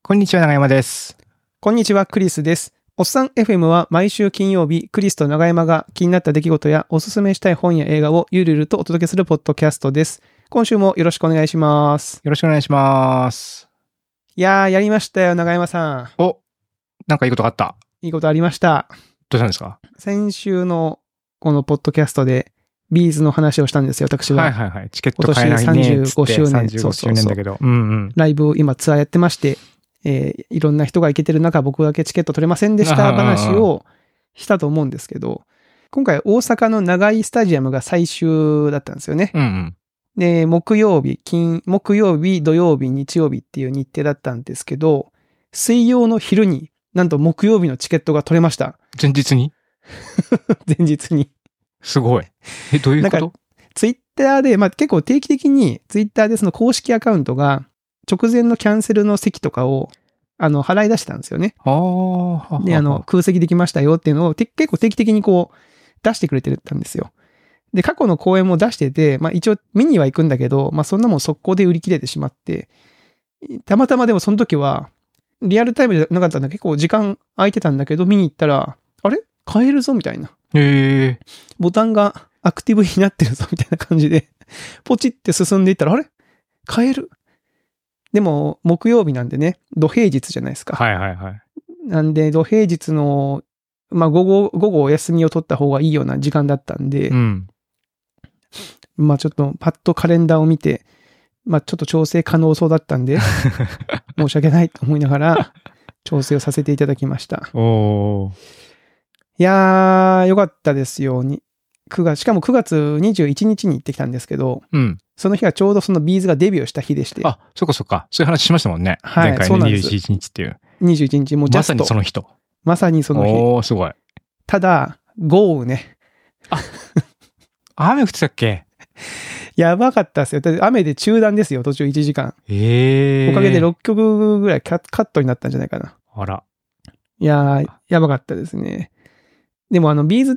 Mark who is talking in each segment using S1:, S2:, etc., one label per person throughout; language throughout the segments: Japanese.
S1: こんにちは、長山です。
S2: こんにちは、クリスです。おっさん FM は毎週金曜日、クリスと長山が気になった出来事やおすすめしたい本や映画をゆるゆるとお届けするポッドキャストです。今週もよろしくお願いします。
S1: よろしくお願いします。
S2: いやー、やりましたよ、長山さん。
S1: お、なんかいいことがあった。
S2: いいことありました。
S1: どうしたんですか？
S2: 先週のこのポッドキャストで、ビーズの話をしたんですよ、私は。
S1: はいはいはい。チケット買えないね。
S2: 今年35周年。
S1: 35周年だけど。うんうん。
S2: ライブ、今ツアーやってまして、いろんな人が行けてる中、僕だけチケット取れませんでした話をしたと思うんですけど、今回大阪の長居スタジアムが最終だったんですよね。
S1: うんうん。
S2: で、木曜日、土曜日、日曜日っていう日程だったんですけど、水曜の昼になんと木曜日のチケットが取れました。
S1: 前日に
S2: 前日に。
S1: すごい。どういうこと？
S2: なんかツイッターで、結構定期的にツイッターでその公式アカウントが直前のキャンセルの席とかを払い出したんですよね。で、空席できましたよっていうのを結構定期的にこう出してくれてたんですよ。で、過去の公演も出してて、一応見には行くんだけど、そんなもん速攻で売り切れてしまって、たまたまでもその時はリアルタイムじゃなかったんだ、結構時間空いてたんだけど、見に行ったら、あれ買えるぞみたいな。ボタンがアクティブになってるぞみたいな感じで、ポチって進んでいったら、あれ買える。でも、木曜日なんでね、土平日じゃないですか。
S1: はいはいはい。
S2: なんで、土平日の、午後お休みを取った方がいいような時間だったんで、
S1: うん、
S2: ちょっとパッとカレンダーを見て、ちょっと調整可能そうだったんで、申し訳ないと思いながら、調整をさせていただきました。いやー、よかったですよ。しかも9月21日に行ってきたんですけど、
S1: うん、
S2: その日はちょうどそのビーズがデビューした日でして。
S1: あ、そっかそっか。そういう話しましたもんね。
S2: はい、
S1: 前回の21日っていう。
S2: 21日、もうジャスト。
S1: まさにその日と。
S2: まさにその日。
S1: おー、すごい。
S2: ただ、豪雨ね。
S1: 雨降ってたっけ？
S2: やばかったですよ。だって雨で中断ですよ、途中1時間。おかげで6曲ぐらいカットになったんじゃないかな。
S1: あら。
S2: いやー、やばかったですね。でもビーズって、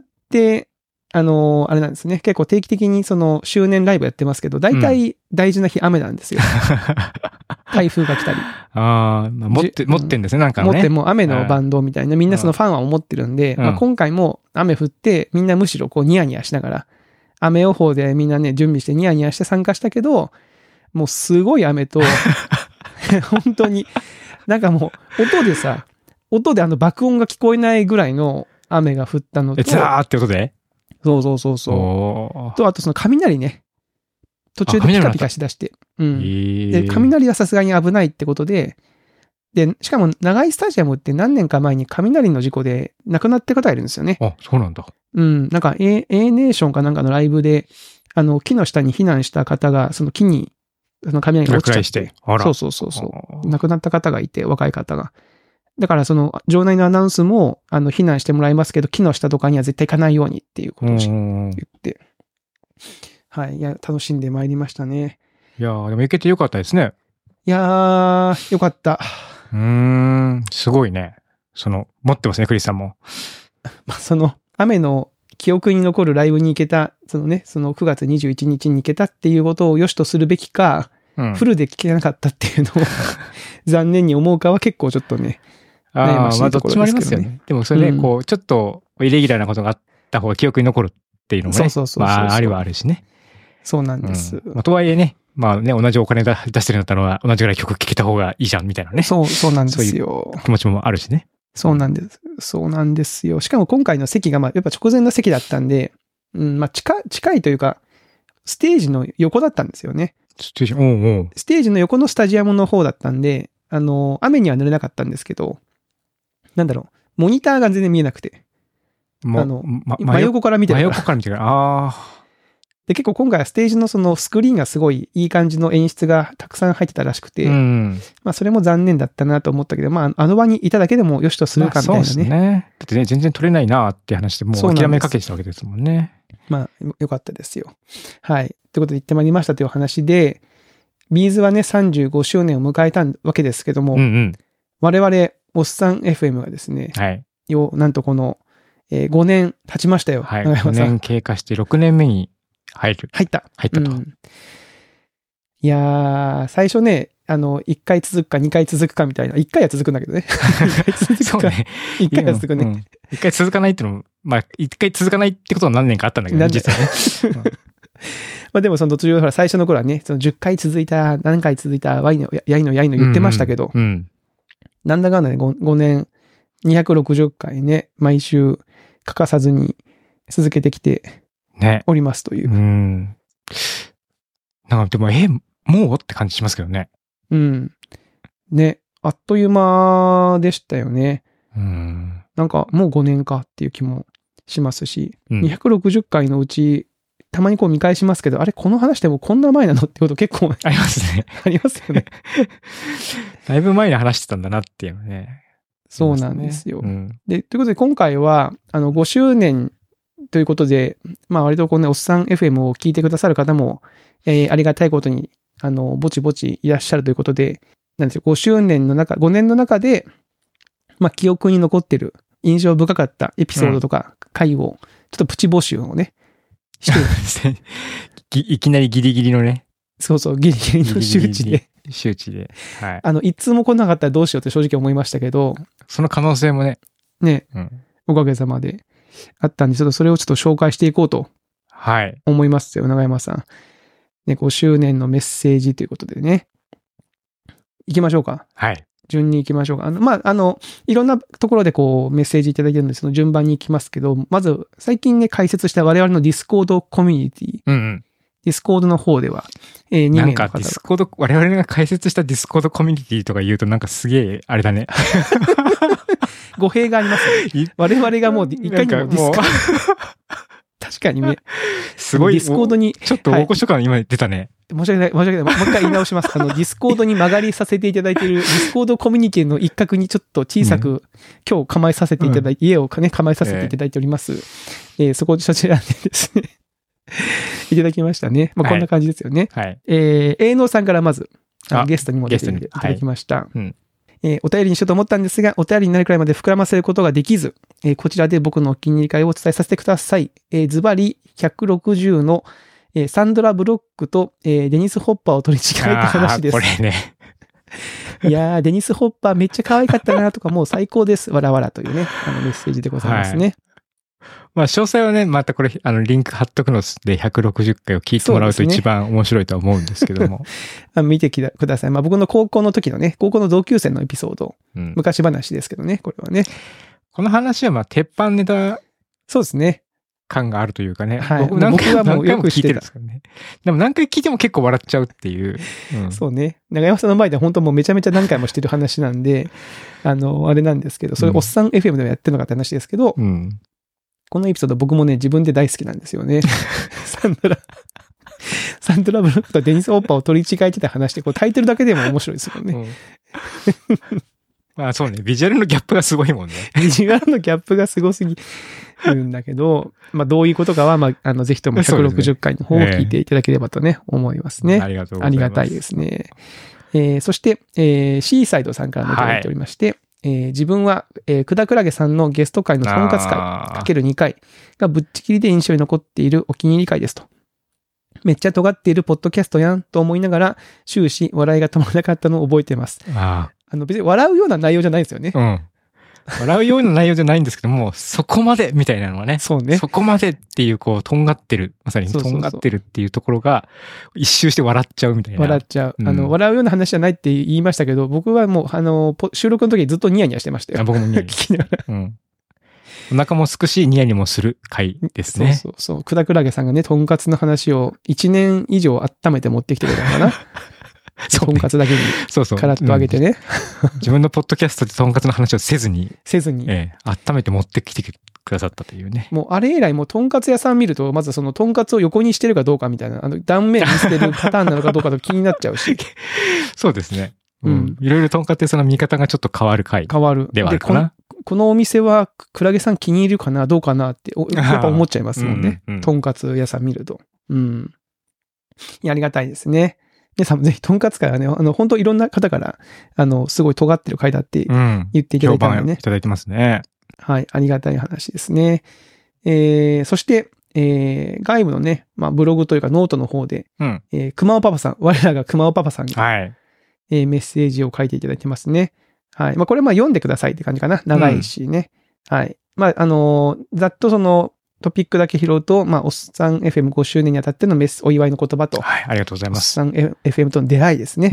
S2: あれなんですね。結構定期的にその周年ライブやってますけど、大体大事な日雨なんですよ。台風が来たり。
S1: 持ってんですね、なんかね。
S2: 持ってもう雨のバンドみたいな、みんなそのファンは思ってるんで、今回も雨降って、みんなむしろこうニヤニヤしながら、雨予報でみんなね、準備してニヤニヤして参加したけど、もうすごい雨と、本当に、なんかもう、音で爆音が聞こえないぐらいの雨が降ったのと。
S1: ザーって音で？
S2: そう。と、あとその雷ね。途中でピカピカしだして。で、雷はさすがに危ないってことで、しかも長井スタジアムって何年か前に雷の事故で亡くなってる方がいるんですよね。
S1: あ、そうなんだ。
S2: なんか A ネーションかなんかのライブで、木の下に避難した方が、その木に、その雷が落ちちゃって。そう。亡くなった方がいて、若い方が。だからその、場内のアナウンスも、避難してもらいますけど、木の下とかには絶対行かないようにっていうことを言って。はい。いや、楽しんでまいりましたね。
S1: いやー、でも行けてよかったですね。
S2: いやー、よかった。
S1: すごいね。持ってますね、クリスさんも。
S2: その、雨の記憶に残るライブに行けた、その9月21日に行けたっていうことを良しとするべきか、フルで聴けなかったっていうのを残念に思うかは結構ちょっとね、悩ましいところですけどね。どっちもありますよね。
S1: でもそれね、こう、ちょっとイレギュラーなことがあった方が記憶に残るっていうのもね、ありはあるしね。
S2: そうなんです。
S1: とはいえね、同じお金出してるんだったら同じぐらい曲聴けた方がいいじゃんみたいなね。
S2: そうなんですよ。
S1: そういう気持ちもあるしね。
S2: そうなんですよ。しかも今回の席がやっぱ直前の席だったんで、近いというか、ステージの横だったんですよね。
S1: ステー
S2: ジの横のスタジアムの方だったんで、雨には濡れなかったんですけど、モニターが全然見えなくて。真横から見てるから。
S1: 真横から見てるから。
S2: で、結構今回はステージのそのスクリーンがすごいいい感じの演出がたくさん入ってたらしくて、それも残念だったなと思ったけど、あの場にいただけでもよしとするかみたいなね。
S1: そうですね。だってね、全然撮れないなって話でもう諦めかけてたわけですもんね。
S2: よかったですよ。はい。ということで言ってまいりましたという話で、ビーズはね、35周年を迎えたわけですけども、我々、おっさん FM がですね、なんとこの、5年経ちましたよ。
S1: はい。5年経過して6年目に入ったと。
S2: いやー、最初ね、 1回続くか2回続くかみたいな。1回は続くんだけどね。2回続くか。
S1: そうね。
S2: 1回は続くね。
S1: 1回続かないってのも、まあ、1回続かないってことは何年かあったんだけどね、実はね。
S2: まあでもその途中、ほら、最初の頃はね、その10回続いた、何回続いた、やいの言ってましたけど、なんだかんだね、5年、260回ね、毎週欠かさずに続けてきておりますという。
S1: なんかでも、もうって感じしますけどね。
S2: ね、あっという間でしたよね。なんかもう5年かっていう気もしますし、260回のうち、たまにこう見返しますけど、あれ、この話でもこんな前なのってこと結構
S1: ありますね。
S2: ありますよね。
S1: だいぶ前に話してたんだなっていうのね。
S2: そうなんですよ。で、ということで今回は、5周年ということで、まあ割とこのね、おっさん FM を聞いてくださる方も、ありがたいことに、ぼちぼちいらっしゃるということで、なんですよ、5年の中で、まあ記憶に残ってる印象深かったエピソードとか回を、ちょっとプチ募集をね、
S1: いきなりギリギリのね。
S2: そうそう、ギリギリの周知で。
S1: 周知で。はい。
S2: 一通も来なかったらどうしようって正直思いましたけど。
S1: その可能性もね。
S2: おかげさまであったんで、ちょっとそれをちょっと紹介していこうと。
S1: はい。
S2: 思いますよ、長山さん。ね、5周年のメッセージということでね。行きましょうか。
S1: はい。
S2: 順に行きましょうか。まあ、いろんなところでこう、メッセージいただいてるので、その順番に行きますけど、まず、最近ね、開設した我々のディスコードコミュニティ。ディスコードの方では、2名の方。
S1: なんかディスコード、我々が開設したディスコードコミュニティとか言うとなんかすげえ、あれだね。
S2: 語弊がありますね。我々がもう、いかにもディスコード。確かにね。
S1: すごい。
S2: ディスコードに。
S1: ちょっと大御所感今出たね。
S2: 申し訳ない。もう一回言い直します。ディスコードに曲がりさせていただいている、ディスコードコミュニティの一角にちょっと小さく、今日構えさせていただいて、家をね、構えさせていただいております。そちらでですね、いただきましたね。まあ、こんな感じですよね。
S1: はい。
S2: 営農さんからまず、ゲストにも出ていただきました。お便りにしようと思ったんですが、お便りになるくらいまで膨らませることができず、こちらで僕のお気に入り会をお伝えさせてください。ズバリ160のサンドラ・ブロックとデニス・ホッパーを取り違えた話です。
S1: これね。
S2: いやー、デニス・ホッパーめっちゃ可愛かったなとか、もう最高です。わらわらというね、メッセージでございますね。
S1: まあ、詳細はね、またこれ、リンク貼っとくので160回を聞いてもらうと一番面白いとは思うんですけども。
S2: 見てください。まあ、僕の高校の時のね、高校の同級生のエピソード、昔話ですけどね、これはね。
S1: この話はまあ、鉄板ネタ。
S2: そうですね。
S1: 感があるというかね。
S2: はい、僕はもうよく聞いてるんです
S1: けどね。でも何回聞いても結構笑っちゃうっていう。
S2: そうね。長山さんの前で本当もうめちゃめちゃ何回もしてる話なんで、あれなんですけど、それおっさん FM でもやってるのかって話ですけど、このエピソード僕もね、自分で大好きなんですよね。サンドラブロックとデニス・ホッパーを取り違えてた話で、こうタイトルだけでも面白いですもんね。
S1: まあそうね、ビジュアルのギャップがすごいもんね。
S2: ビジュアルのギャップがすごすぎるんだけど、まあどういうことかは、まあ、ぜひとも160回の方を聞いていただければとね、思いますね。
S1: ありがとうございます。あり
S2: がたいですね。そして、シーサイドさんからもいただいておりまして、自分は、くだくらげさんのゲスト会のとんかつ会 ×2 回がぶっちぎりで印象に残っているお気に入り会ですと。めっちゃ尖っているポッドキャストやんと思いながら終始笑いが止まらなかったのを覚えています。別に笑うような内容じゃないですよね。
S1: 笑うような内容じゃないんですけども、そこまでみたいなのはね。
S2: そうね。
S1: そこまでっていう、こう、とんがってる。まさにとんがってるっていうところが、一周して笑っちゃうみたいな。
S2: 笑っちゃう。笑うような話じゃないって言いましたけど、僕はもう、収録の時ずっとニヤニヤしてましたよ。
S1: 僕もニヤニヤ。聞きながら。お腹もすくし、ニヤニヤもする回ですね。
S2: そう。くだくらげさんがね、とんかつの話を1年以上温めて持ってきてくれたのかな。とんかつだけに、カラッと揚げてね。
S1: 自分のポッドキャストでとんかつの話をせずに。温めて持ってきてくださったというね。
S2: もうあれ以来、もうとんかつ屋さん見ると、まずそのとんかつを横にしてるかどうかみたいな、断面に捨てるパターンなのかどうかと気になっちゃうし。
S1: そうですね。いろいろとんかつ屋さんの見方がちょっと変わる回。
S2: 変わる。
S1: ではあるかな。
S2: このお店は、くらげさん気に入るかなどうかなって、やっぱ思っちゃいますもんね。とんかつ屋さん見ると。いや、ありがたいですね。皆さんもぜひ、とんかつ会はね、本当いろんな方から、すごい尖ってる会だって言っていただいたのでね。
S1: いただいてますね。
S2: はい、ありがたい話ですね。そして、外部のね、まあ、ブログというかノートの方で、熊尾パパさん、我らが熊尾パパさんが、 メッセージを書いていただいてますね。はい。まあ、これ読んでくださいって感じかな。長いしね。はい。まあ、ざっとそのトピックだけ拾うと、おっさん FM5 周年にあたってのお祝いの言葉と。
S1: はい、ありがとうございます。
S2: おっさん FM との出会いですね。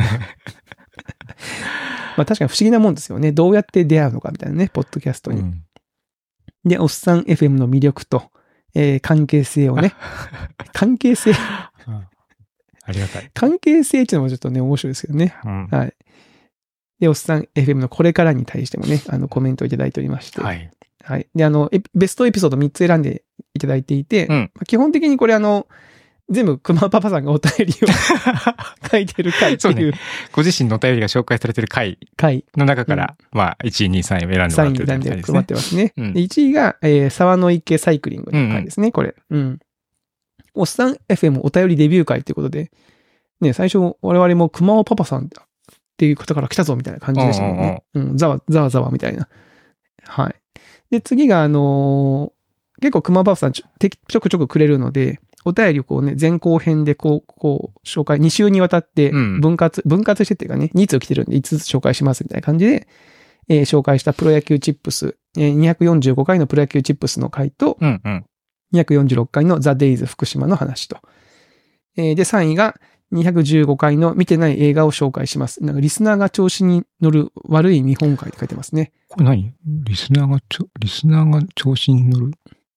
S2: まあ確かに不思議なもんですよね。どうやって出会うのかみたいなね、ポッドキャストに。で、おっさん FM の魅力と、関係性をね。関係性
S1: ありがたい。
S2: 関係性っていうのもちょっとね、面白いですけどね。はい。で、おっさん FM のこれからに対してもね、コメントをいただいておりまして。はい。はい。で、ベストエピソード3つ選んでいただいていて、基本的にこれ全部熊パパさんがお便りを書いてる回っていう。そうね。
S1: ご自身のお便りが紹介されてる回の中から、1位、2位、3位を選んでもらってるみたいですね。
S2: 配ってますね。で1位が、沢の池サイクリングの回ですね、これ。おっさん FM お便りデビュー回ということで、ね、最初我々も熊尾パパさんっていう方から来たぞみたいな感じでしたもんね。ざわざわみたいな。はい。で、次が結構熊尾パパさんちょくちょくくれるので、お便りをこうね、前後編でこう紹介、2週にわたって分割してっていうかね、2通来てるんで5つ紹介しますみたいな感じで、紹介したプロ野球チップス、245回のプロ野球チップスの回と、246回のザ・デイズ福島の話と。で、3位が215回の見てない映画を紹介します。なんかリスナーが調子に乗る悪い見本会って書いてますね。
S1: これ何？リスナーが調子に乗る？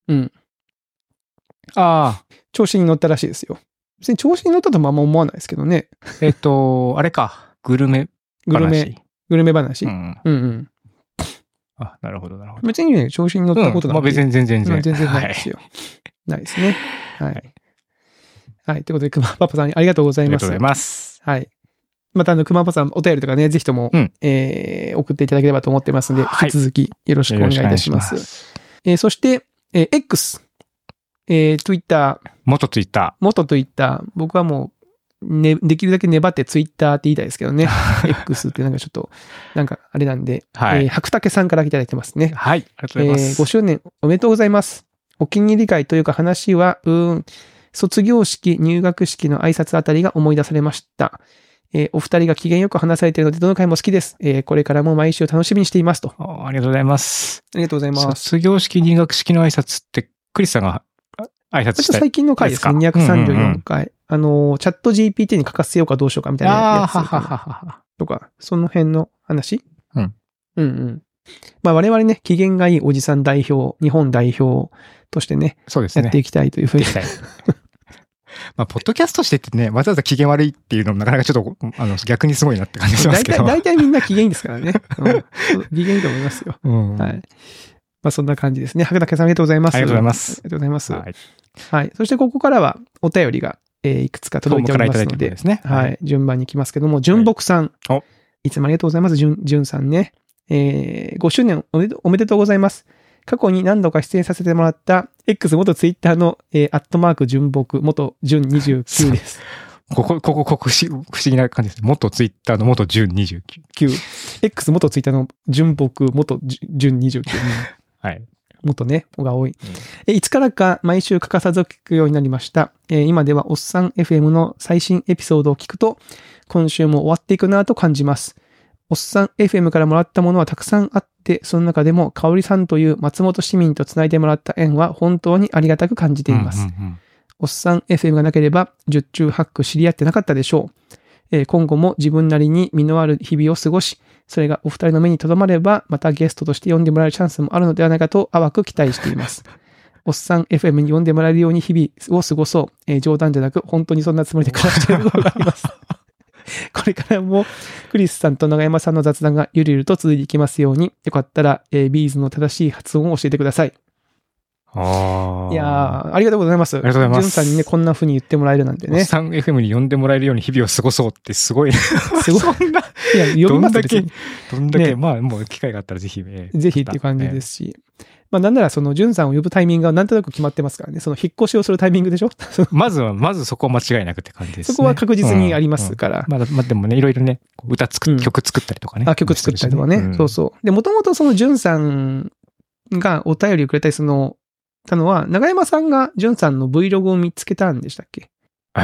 S2: ああ。調子に乗ったらしいですよ。別に調子に乗ったともあんま思わないですけどね。
S1: あれか。グルメ話。あ、なるほど。
S2: 別にね、調子に乗ったことなんて。
S1: 全然。
S2: 全然ないですよ。ないですね。はい。はい。ということで、熊パパさんありがとうございます。
S1: ありがとうございます。
S2: はい。また熊パパさんお便りとかね、ぜひとも、送っていただければと思ってますので、引き続きよろしくお願いいたします。そして、X。Twitter。
S1: 元 Twitter。
S2: 僕はもう、できるだけ粘ってTwitter って言いたいですけどね。X ってなんかちょっと、なんかあれなんで、白竹さんからいただいてますね。
S1: はい。ありがとうございます。
S2: 5周年おめでとうございます。お気に入り会というか話は、卒業式、入学式の挨拶あたりが思い出されました。お二人が機嫌よく話されているので、どの回も好きです。これからも毎週楽しみにしていますと。
S1: ありがとうございます。
S2: ありがとうございます。
S1: 卒業式、入学式の挨拶って、クリスさんが挨拶した。
S2: 最近の回ですね。234回。チャット GPT に書かせようかどうしようかみたいなやつ。とか、その辺の話。まあ我々ね、機嫌がいいおじさん代表、日本代表としてね、
S1: そうですね。
S2: やっていきたいというふうに。
S1: まあ、ポッドキャストしてってね、わざわざ機嫌悪いっていうのもなかなかちょっと、逆にすごいなって感じしますけど。
S2: 大体みんな機嫌いいですからね。機嫌いいと思いますよ。はい。まあ、そんな感じですね。白竹さんありがとうございます。
S1: ありがとうございます。
S2: ありがとうございます。はい。そしてここからはお便りが、いくつか届いておりますので、
S1: ですね。
S2: はい。順番に行きますけども、純木さん。いつもありがとうございます。純さんね。5周年おめでとうございます。過去に何度か出演させてもらった X 元ツイッターの純木元純29です。
S1: ここ不思議な感じですね。元ツイッターの元純29。
S2: X 元ツイッターの純木元純29。
S1: はい。
S2: 元ね、が多い。いつからか毎週欠かさず聞くようになりました。今ではおっさん FM の最新エピソードを聞くと、今週も終わっていくなぁと感じます。おっさん FM からもらったものはたくさんあって、その中でも香織さんという松本市民とつないでもらった縁は本当にありがたく感じています。おっさん FM がなければ十中八九知り合ってなかったでしょう。今後も自分なりに身のある日々を過ごし、それがお二人の目に留まれば、またゲストとして呼んでもらえるチャンスもあるのではないかと淡く期待しています。おっさん FM に呼んでもらえるように日々を過ごそう。冗談じゃなく本当にそんなつもりで暮らしていることがあります。これからもクリスさんと長山さんの雑談がゆるゆると続いていきますように、よかったら、ビーズの正しい発音を教えてください。いやー、ありがとうございます。
S1: ありがとうございます。
S2: ジュンさんにね、こんな風に言ってもらえるなんてね。
S1: おっさん FM に呼んでもらえるように日々を過ごそうってすごい。
S2: すごい。いや、呼びますよ。
S1: どんだけ、まあ、もう機会があったらぜひ。
S2: ぜひっていう感じですし。まあなんならそのジュンさんを呼ぶタイミングがなんとなく決まってますからね。その引っ越しをするタイミングでしょ
S1: まずそこは間違いなくって感じですね。
S2: そこは確実にありますから。
S1: まあでもね、いろいろね、曲作ったりとかね。
S2: 曲作ったりとかね。そうそう。で、もともとそのジュンさんがお便りをくれたりたのは、長山さんがジュンさんの Vlog を見つけたんでしたっけ？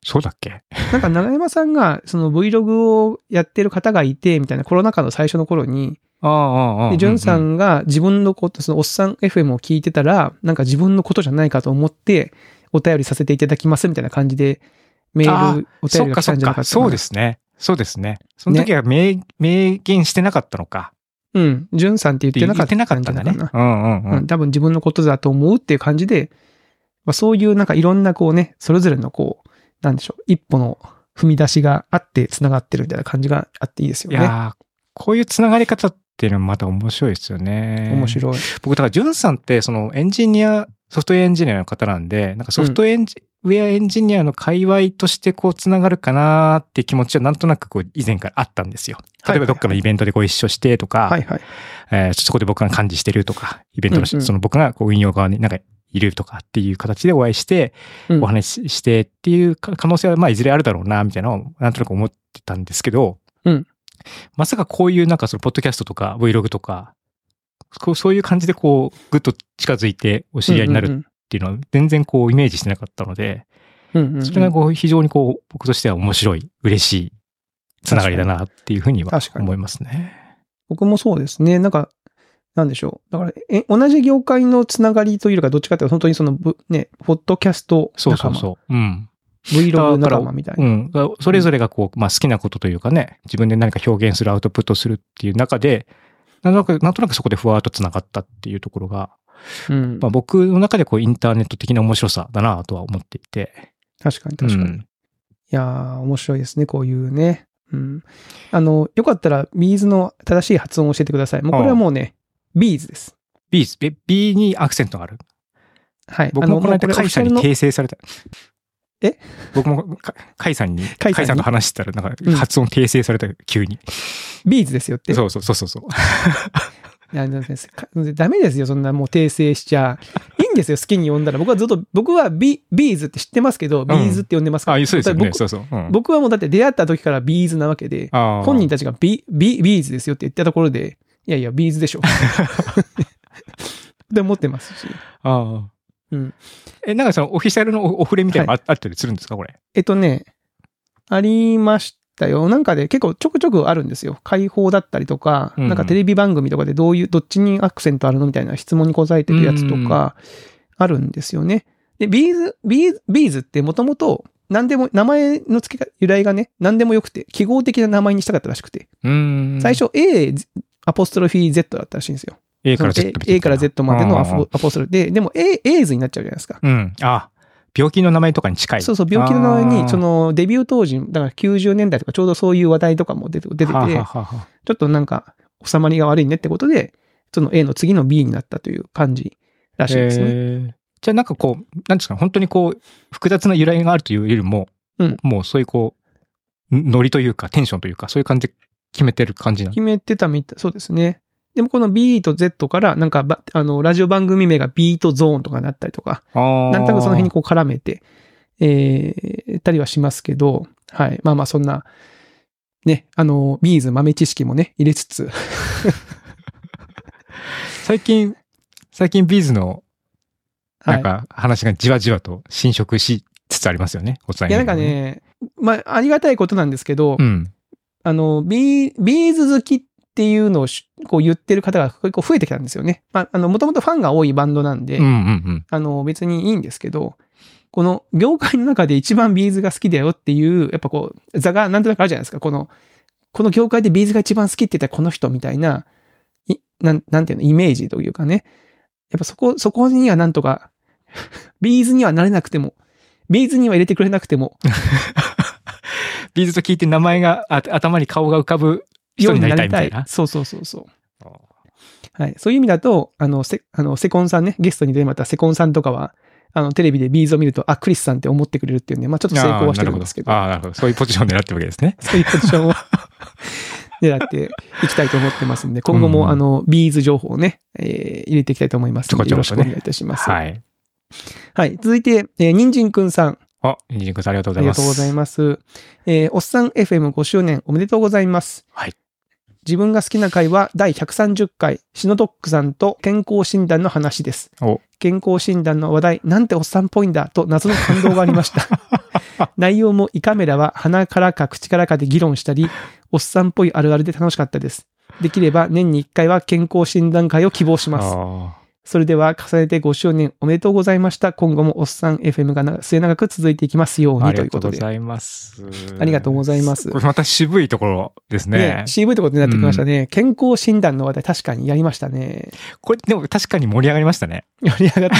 S1: そうだっけ？
S2: なんか長山さんがその Vlog をやってる方がいて、みたいなコロナ禍の最初の頃に、で、ジュンさんが自分のこと、そのおっさん FM を聞いてたら、なんか自分のことじゃないかと思って、お便りさせていただきますみたいな感じで、メール、お便りが来たんじゃなかったかな。
S1: そうですね。そうですね。その時は明言してなかったのか。
S2: うん。ジュンさんって言ってなかったんだね。多分自分のことだと思うっていう感じで、まあ、そういうなんかいろんなこうね、それぞれのこう、なんでしょう、一歩の踏み出しがあって繋がってるみたいな感じがあっていいですよね。
S1: いやー、こういう繋がり方っていうのもまた面白いですよね。
S2: 面白い。
S1: 僕、だからジュンさんってそのエンジニア、ソフトウェアエンジニアの方なんで、なんかソフトウェアエンジニアの界隈としてこう繋がるかなーっていう気持ちはなんとなくこう以前からあったんですよ。例えばどっかのイベントでご一緒してとか、そこで僕が幹事してるとか、イベントの、その僕がこう運用側になんかいるとかっていう形でお会いして、お話ししてっていう可能性はまあいずれあるだろうな、みたいなのをなんとなく思ってたんですけど、まさかこういうなんかそのポッドキャストとか Vlog とか、そういう感じでこうぐっと近づいてお知り合いになるっていうのは全然こうイメージしてなかったので、それがこう非常にこう僕としては面白い、嬉しいつながりだなっていうふうには思いますね。
S2: 僕もそうですね。なんか、なんでしょう。だから、同じ業界のつながりというか、どっちかっていうと、本当にその、ね、ポッドキャスト仲間。
S1: そう。
S2: Vlog 仲間みたいな。
S1: それぞれがこう、まあ好きなことというかね、自分で何か表現するアウトプットするっていう中で、なんとなくそこでふわーっとつながったっていうところが、まあ僕の中でこうインターネット的な面白さだなとは思っていて。
S2: 確かに。いやー、面白いですね、こういうね。よかったら、ビーズの正しい発音を教えてください。もうこれはもうね、ビーズです。
S1: ビーズ。B にアクセントがある。
S2: はい。
S1: 僕もこの間、カイさんに訂正された。僕もカイさんと話してたら、なんか発音訂正された、急に。
S2: ビーズですよって。
S1: そう。
S2: いやダメですよ、そんなもう訂正しちゃ。いいんですよ、好きに呼んだら。僕はビーズって知ってますけど、ビーズって呼んでますから。
S1: そうですよね、そう。
S2: 僕はもうだって出会った時からビーズなわけで、本人たちがビーズですよって言ったところで、いや、ビーズでしょ。って思ってますし。
S1: なんかそのオフィシャルのオフレみたいなのあったりするんですか、これ。
S2: ありましたよ。なんかで結構ちょくちょくあるんですよ。解放だったりとか、なんかテレビ番組とかでどっちにアクセントあるのみたいな質問に答えてるやつとか、あるんですよね。で、ビーズってもともと、何でも、名前の付け由来がね、何でもよくて、記号的な名前にしたかったらしくて。最初 アポストロフィー Z だったらしいんですよ。
S1: A から
S2: Z までのアポストロでも A 図になっちゃうじゃないですか。
S1: 病気の名前とかに近い。
S2: そう、病気の名前に、そのデビュー当時、だから90年代とかちょうどそういう話題とかも出てて、ちょっとなんか収まりが悪いねってことで、その A の次の B になったという感じらしいですね。
S1: じゃあなんかこう、なんですか、本当にこう、複雑な由来があるというよりも、もうそういうこう、ノリというかテンションというか、そういう感じで決めてる感じなんですか？
S2: 決めてたみたい、そうですね。でもこの B と Z からなんかラジオ番組名がビートゾーンとかになったりとか、なんとなくその辺にこう絡めて、たりはしますけど、はい。まあそんな、ね、ビーズ豆知識もね、入れつつ。
S1: 最近ビーズの、なんか話がじわじわと侵食しつつありますよね、お伝え。
S2: いやなんかね、まあありがたいことなんですけど、ビーズ好きっていうのをこう言ってる方が結構増えてきたんですよね。もともとファンが多いバンドなんで、別にいいんですけど、この業界の中で一番ビーズが好きだよっていう、やっぱこう、座がなんとなくあるじゃないですか。この業界でビーズが一番好きって言ったらこの人みたいな、なんていうの、イメージというかね。やっぱそこにはなんとか、ビーズにはなれなくても、ビーズには入れてくれなくても。
S1: ビーズと聞いて名前が、頭に顔が浮かぶ人になりたいみたいな。
S2: そう。はい。そういう意味だと、セコンさんね、ゲストに出てもらったセコンさんとかは、テレビでビーズを見ると、クリスさんって思ってくれるっていうんで、まあちょっと成功はしてるんですけど。
S1: なるほど。そういうポジションを狙ってるわけですね。
S2: そういうポジションを狙っていきたいと思ってますんで、今後もビーズ情報をね、入れていきたいと思いますので、よろしくお願いいたします。
S1: はい。
S2: はい。続いて、にんじんくんさん。
S1: にんじんくんさんありがとうございます。
S2: ありがとうございます。おっさん FM5 周年おめでとうございます。
S1: はい。
S2: 自分が好きな回は第130回、シノドックさんと健康診断の話です。健康診断の話題、なんておっさんっぽいんだと謎の感動がありました。 内容も胃カメラは鼻からか口からかで議論したり、おっさんっぽいあるあるで楽しかったです。できれば年に1回は健康診断会を希望します。それでは重ねて5周年おめでとうございました。今後もおっさん FM が末永く続いていきますようにということで。
S1: ありがとうございます。
S2: ありがとうございます。
S1: これまた渋いところですね。
S2: 渋いところになってきましたね。健康診断の話題確かにやりましたね。
S1: これでも確かに盛り上がりましたね。
S2: 盛り上がった。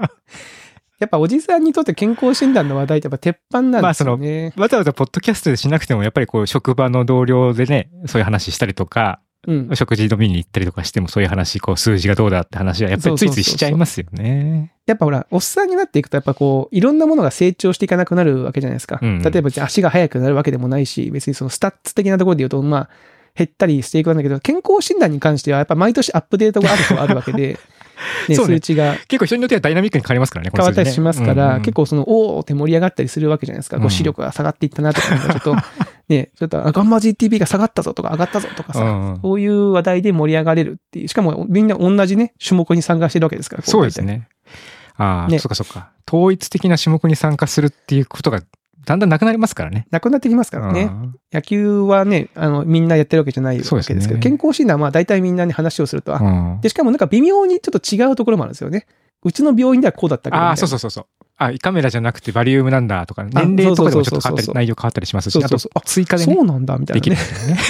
S2: やっぱおじさんにとって健康診断の話題ってやっぱ鉄板なんですよね。
S1: わざわざポッドキャストでしなくてもやっぱりこう職場の同僚でね、そういう話したりとか、食事飲みに行ったりとかしてもそういう話、こう数字がどうだって話はやっぱりついついしちゃいますよね。
S2: やっぱほら、おっさんになっていくとやっぱこう、いろんなものが成長していかなくなるわけじゃないですか。例えば足が速くなるわけでもないし、別にそのスタッツ的なところで言うと、まあ、減ったりしていくんだけど、健康診断に関してはやっぱ毎年アップデートがあるとあるわけで、ね、数値が。
S1: 結構人によってはダイナミックに変わりますからね、
S2: 変わったりしますから、結構その、おーって盛り上がったりするわけじゃないですか。こう視力が下がっていったなとか、ちょっと、ね、ちょっと、ガンマ GTP が下がったぞとか、上がったぞとかさ、そういう話題で盛り上がれるっていう。しかもみんな同じね、種目に参加してるわけですから。
S1: そうですね。ああ、ね、そっかそっか。統一的な種目に参加するっていうことが、だんだんなくなりますからね。
S2: なくなってきますからね。野球はね、みんなやってるわけじゃないわけですけど、健康診断は大体みんなに話をすると、で、しかもなんか微妙にちょっと違うところもあるんですよね。うちの病院ではこうだったけど。
S1: あ、そう。胃カメラじゃなくてバリウムなんだとか、年齢とかでもちょっと変わったり、内容変わったりしますし、あと追加でね。
S2: そうなんだ、みたいなね。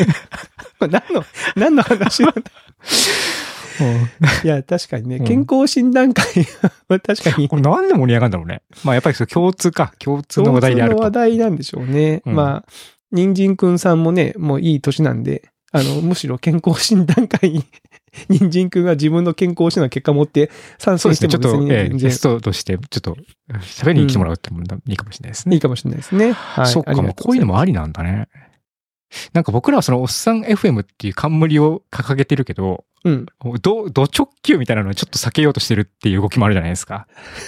S2: 何の話なんだ。いや、確かにね、健康診断会は確かに。
S1: これなんで盛り上がるんだろうね。まあやっぱり共通の話題であると。
S2: 共通の話題なんでしょうね。まあ、人参くんさんもね、もういい年なんで、むしろ健康診断会に、人参くんが自分の健康診断の結果を持って参戦しても別に、
S1: ちょっと、ゲストとして、ちょっと、喋りに来てもらうってもいいかもしれないですね。
S2: いいかもしれないですね。はい。
S1: そっか、もうこういうのもありなんだね。なんか僕らはそのおっさん FM っていう冠を掲げてるけど、ド直球みたいなのはちょっと避けようとしてるっていう動きもあるじゃないですか。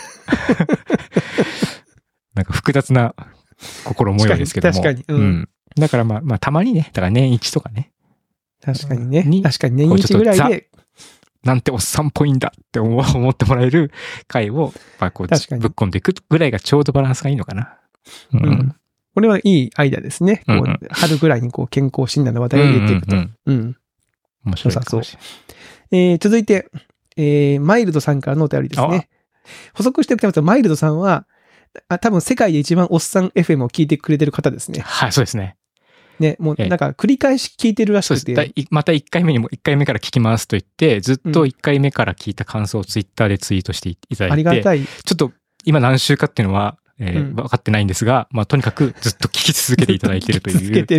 S1: なんか複雑な心模様ですけども。
S2: 確かに。
S1: だからまあたまにね、だから年一とかね。
S2: 確かにね。確かに年一ぐらいで。
S1: なんておっさんっぽいんだって思ってもらえる回を、まあこう、ぶっ込んでいくぐらいがちょうどバランスがいいのかな。
S2: これはいいアイデアですね。春ぐらいにこう健康診断の話題を入れていくと。面
S1: 白いかもしれ
S2: ない。続いて、マイルドさんからのお便りですね。補足しておきますと、マイルドさんは、多分世界で一番おっさん FM を聞いてくれてる方ですね。
S1: はい、そうですね。
S2: ね、もうなんか繰り返し聞いてるらしくて。
S1: また1回目から聞きますと言って、ずっと1回目から聞いた感想をツイッターでツイートしていただいて、
S2: ありがたい。
S1: ちょっと今何週かっていうのは、分かってないんですが、まあとにかくずっと聞き続けていただいているという、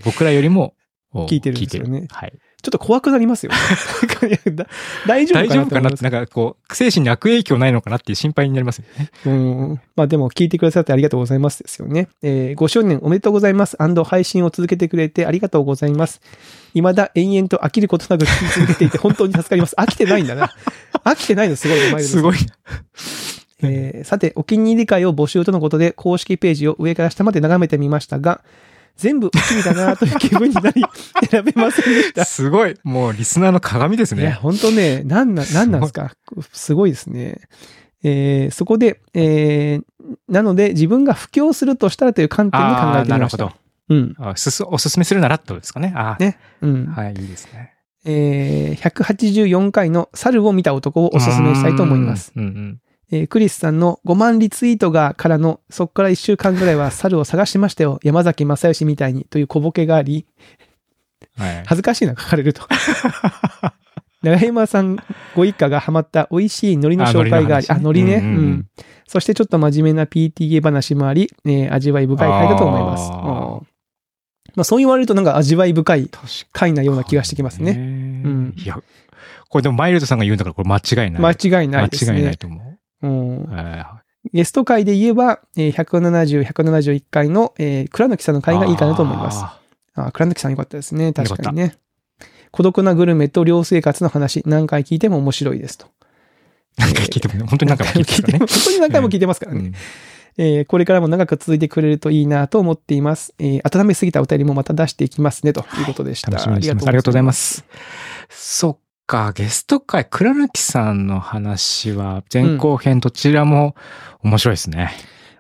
S1: 僕らよりも
S2: 聞いてるんですよね。
S1: はい。
S2: ちょっと怖くなりますよね。大丈夫かなって。
S1: なんかこう、精神に悪影響ないのかなっていう心配になりますよ
S2: ね。まあでも聞いてくださってありがとうございますですよね。5周年おめでとうございます。配信を続けてくれてありがとうございます。未だ延々と飽きることなく聞き続けていて本当に助かります。飽きてないんだな。飽きてないのすごいね、
S1: すごい。
S2: さて、お気に入り会を募集とのことで公式ページを上から下まで眺めてみましたが、全部お気にだなという気分になり、選べませんでした。
S1: すごい。もうリスナーの鏡ですね。
S2: いや、本当ね、なんですか。すごいですね。そこで、なので自分が布教するとしたらという観点に考えてみました。なるほ
S1: ど。おすすめするならってことですかね。
S2: ね。
S1: はい、いいですね。
S2: 184回の猿を見た男をおすすめしたいと思います。クリスさんの5万リツイートがからの、そこから1週間ぐらいは猿を探してましたよ。山崎正義みたいにという小ボケがあり、恥ずかしいな、書かれると。長山さんご一家がハマった美味しい海苔の紹介があり、海苔ね。そしてちょっと真面目な PTA 話もあり、味わい深い回だと思います。まあそう言われるとなんか味わい深い回なような気がしてきますね。
S1: いや、これでもマイルドさんが言うんだからこれ間違いない。
S2: 間違いないですね。
S1: 間違いないと思う。
S2: ゲスト回で言えば、170、171回の、倉貫さんの回がいいかなと思います。倉貫さんよかったですね。確かにね。孤独なグルメと寮生活の話、何回聞いても面白いですと。
S1: 何回聞いてもね、本当に何回も聞いてますからね。
S2: 本当に何回も聞いてますからね。これからも長く続いてくれるといいなと思っています。温めすぎたお便りもまた出していきますねということでした。
S1: 楽しみにしてます。ありがとうございます。そっか、ゲスト会、倉貫さんの話は前後編どちらも面白いですね。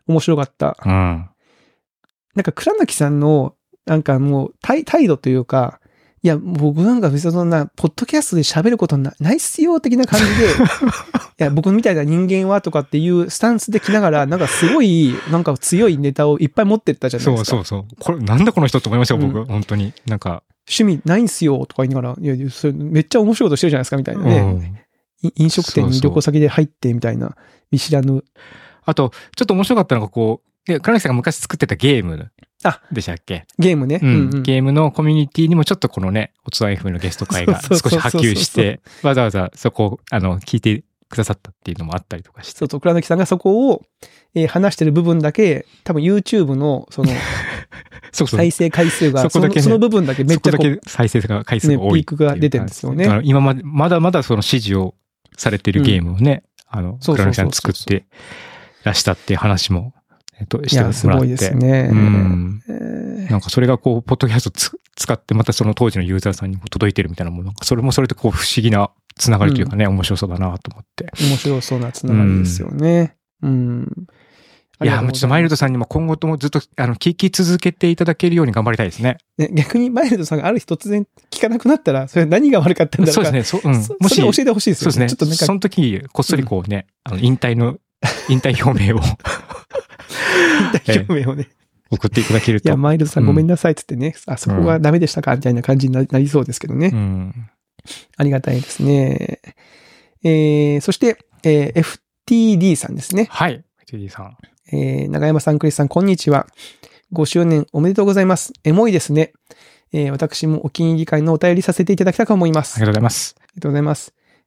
S2: 面白かった。
S1: うん。
S2: なんか倉木さんの、なんかもう態度というか、いや、僕なんか別にそんな、ポッドキャストで喋ることないっすよ、的な感じで、いや、僕みたいな人間はとかっていうスタンスで来ながら、なんかすごい、なんか強いネタをいっぱい持ってったじゃないですか。
S1: そう。これ、なんだこの人と思いましたよ、僕、本当に。なんか。
S2: 趣味ないんすよ、とか言いながら、いや、それめっちゃ面白いことしてるじゃないですか、みたいなね。飲食店に旅行先で入って、みたいな、見知らぬ。
S1: あと、ちょっと面白かったのが、こう、倉木さんが昔作ってたゲームでしたっけ？
S2: ゲームね。
S1: ゲームのコミュニティにもちょっとこのね、おつわい FM のゲスト会が少し波及して、わざわざそこを、聞いてくださったっていうのもあったりとかして。
S2: そう、倉木さんがそこを、話してる部分だけ、多分 YouTube の、再生回数が、その部分だけめっちゃ
S1: そこだけ再生回数が多い。
S2: ピークが出てるんですよね。
S1: だから今まだまだその指示をされてるゲームをね、倉木さん作ってらしたっていう話も、してもらって。
S2: すごいですね。
S1: なんかそれがこう、ポッドキャスト使ってまたその当時のユーザーさんにも届いてるみたいなもの、それもそれでこう不思議なつながりというかね、面白そうだなと思って。
S2: 面白そうなつながりですよね。
S1: いや、もうちょっとマイルドさんにも今後ともずっと聞き続けていただけるように頑張りたいですね。
S2: 逆にマイルドさんがある日突然聞かなくなったら、それ何が悪かったんだろうか。
S1: そうですね。
S2: もし教えてほしいですよね。
S1: そうですね。ちょっとなんかその時、こっそりこうね、引退表明を。
S2: 引退表明をね。
S1: 送っていただけると。
S2: いや、マイルドさんごめんなさいっつってね、そこがダメでしたかみたいな感じになりそうですけどね。ありがたいですね。そして、FTD さんですね。
S1: はい。FTD さん。
S2: 長山さん、クリスさん、こんにちは。5周年おめでとうございます。エモいですね。私もお気に入り会のお便りさせていただきたく思います。
S1: ありがとうございます。
S2: ありがとうございます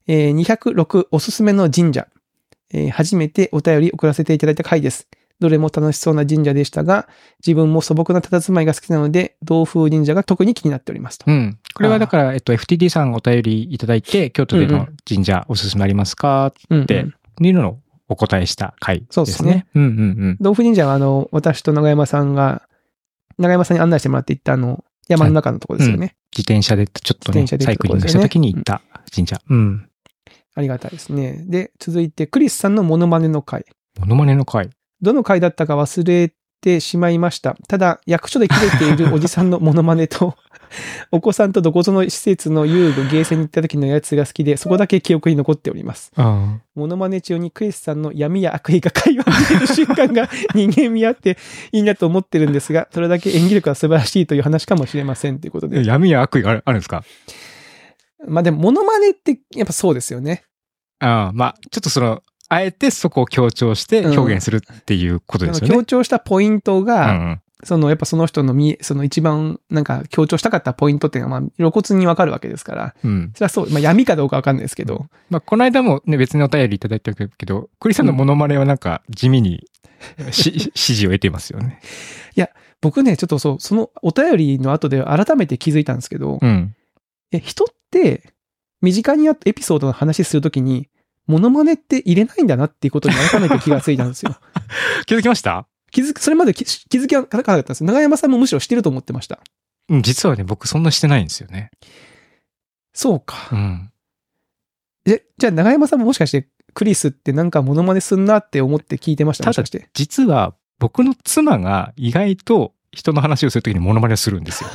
S2: 。206おすすめの神社。初めてお便り送らせていただいた回です。どれも楽しそうな神社でしたが、自分も素朴な佇まいが好きなので、同風神社が特に気になっておりますと。
S1: これはだから、FTD さんお便りいただいて、京都での神社おすすめありますかっていうのをお答えした回ですね。
S2: そうですね。同風神社は私と長山さんに案内してもらって行った山の中のところですよね。
S1: 自転車でちょっとね、サイクリングした時に行った神社。
S2: ありがたいですね。で、続いて、クリスさんのモノマネの回。
S1: モノマネの回。
S2: どの回だったか忘れてしまいました。ただ、役所で切れているおじさんのモノマネと、お子さんとどこぞの施設の遊具、ゲーセンに行った時のやつが好きで、そこだけ記憶に残っております。モノマネ中にクリスさんの闇や悪意が会話に出る瞬間が人間味あっていいなと思ってるんですが、それだけ演技力が素晴らしいという話かもしれませんということで。
S1: 闇や悪意があるんですか？
S2: まあでも、モノマネってやっぱそうですよね。
S1: ちょっとあえてそこを強調して表現するっていうことですよね。
S2: 強調したポイントが、やっぱその人の一番なんか強調したかったポイントっていうのは、露骨にわかるわけですから。それはそう、闇かどうかわかんないですけど。
S1: この間もね、別にお便りいただいたけど、クリさんのモノマネはなんか地味に支持を得ていますよね。
S2: いや、僕ね、ちょっとそのお便りの後で改めて気づいたんですけど、人って身近にあったエピソードの話するときに、モノマネって入れないんだなっていうことに改めて気がついたんですよ。
S1: 気づきました？
S2: それまで気づきがなかったんです。長山さんもむしろしてると思ってました。
S1: 実はね、僕そんなしてないんですよね。
S2: そうか。じゃあ長山さんももしかしてクリスってなんかモノマネすんなって思って聞いてました？もしかして。
S1: 実は僕の妻が意外と人の話をするときにモノマネをするんですよ。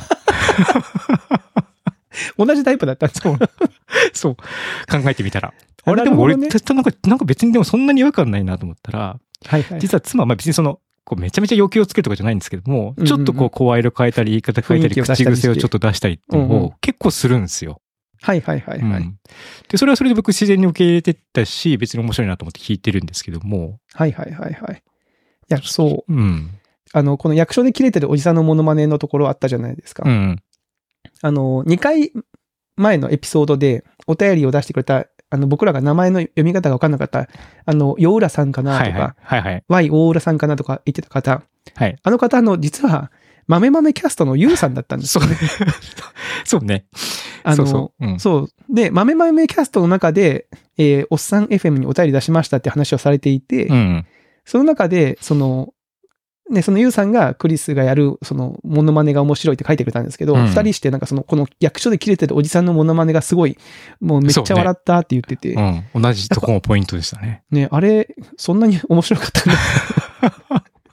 S2: 同じタイプだったんですよ。
S1: そう。考えてみたら。あれでも俺、なんか別にでもそんなに違和感ないなと思ったら、実は妻は別にめちゃめちゃ要求をつけるとかじゃないんですけども、ちょっと声色変えたり、言い方変えたり、口癖をちょっと出したりっていうのを結構するんですよ。で、それはそれで僕自然に受け入れてったし、別に面白いなと思って聞いてるんですけども。
S2: いや、そう。この役所で切れてるおじさんのモノマネのところあったじゃないですか。2回前のエピソードでお便りを出してくれた、僕らが名前の読み方が分かんなかった、ようらさんかなとか、Y 大浦さんかなとか言ってた方、あの方実は、豆豆キャストのゆうさんだったんですよね。
S1: そうね。
S2: そう。で、豆豆キャストの中で、おっさん FM にお便り出しましたって話をされていて、その中で、そのゆうさんがクリスがやる、モノマネが面白いって書いてくれたんですけど、二人してこの役所で切れてるおじさんのモノマネがすごい、もうめっちゃ笑ったって言ってて。
S1: 同じとこもポイントでしたね。
S2: あれ、そんなに面白かったんだ。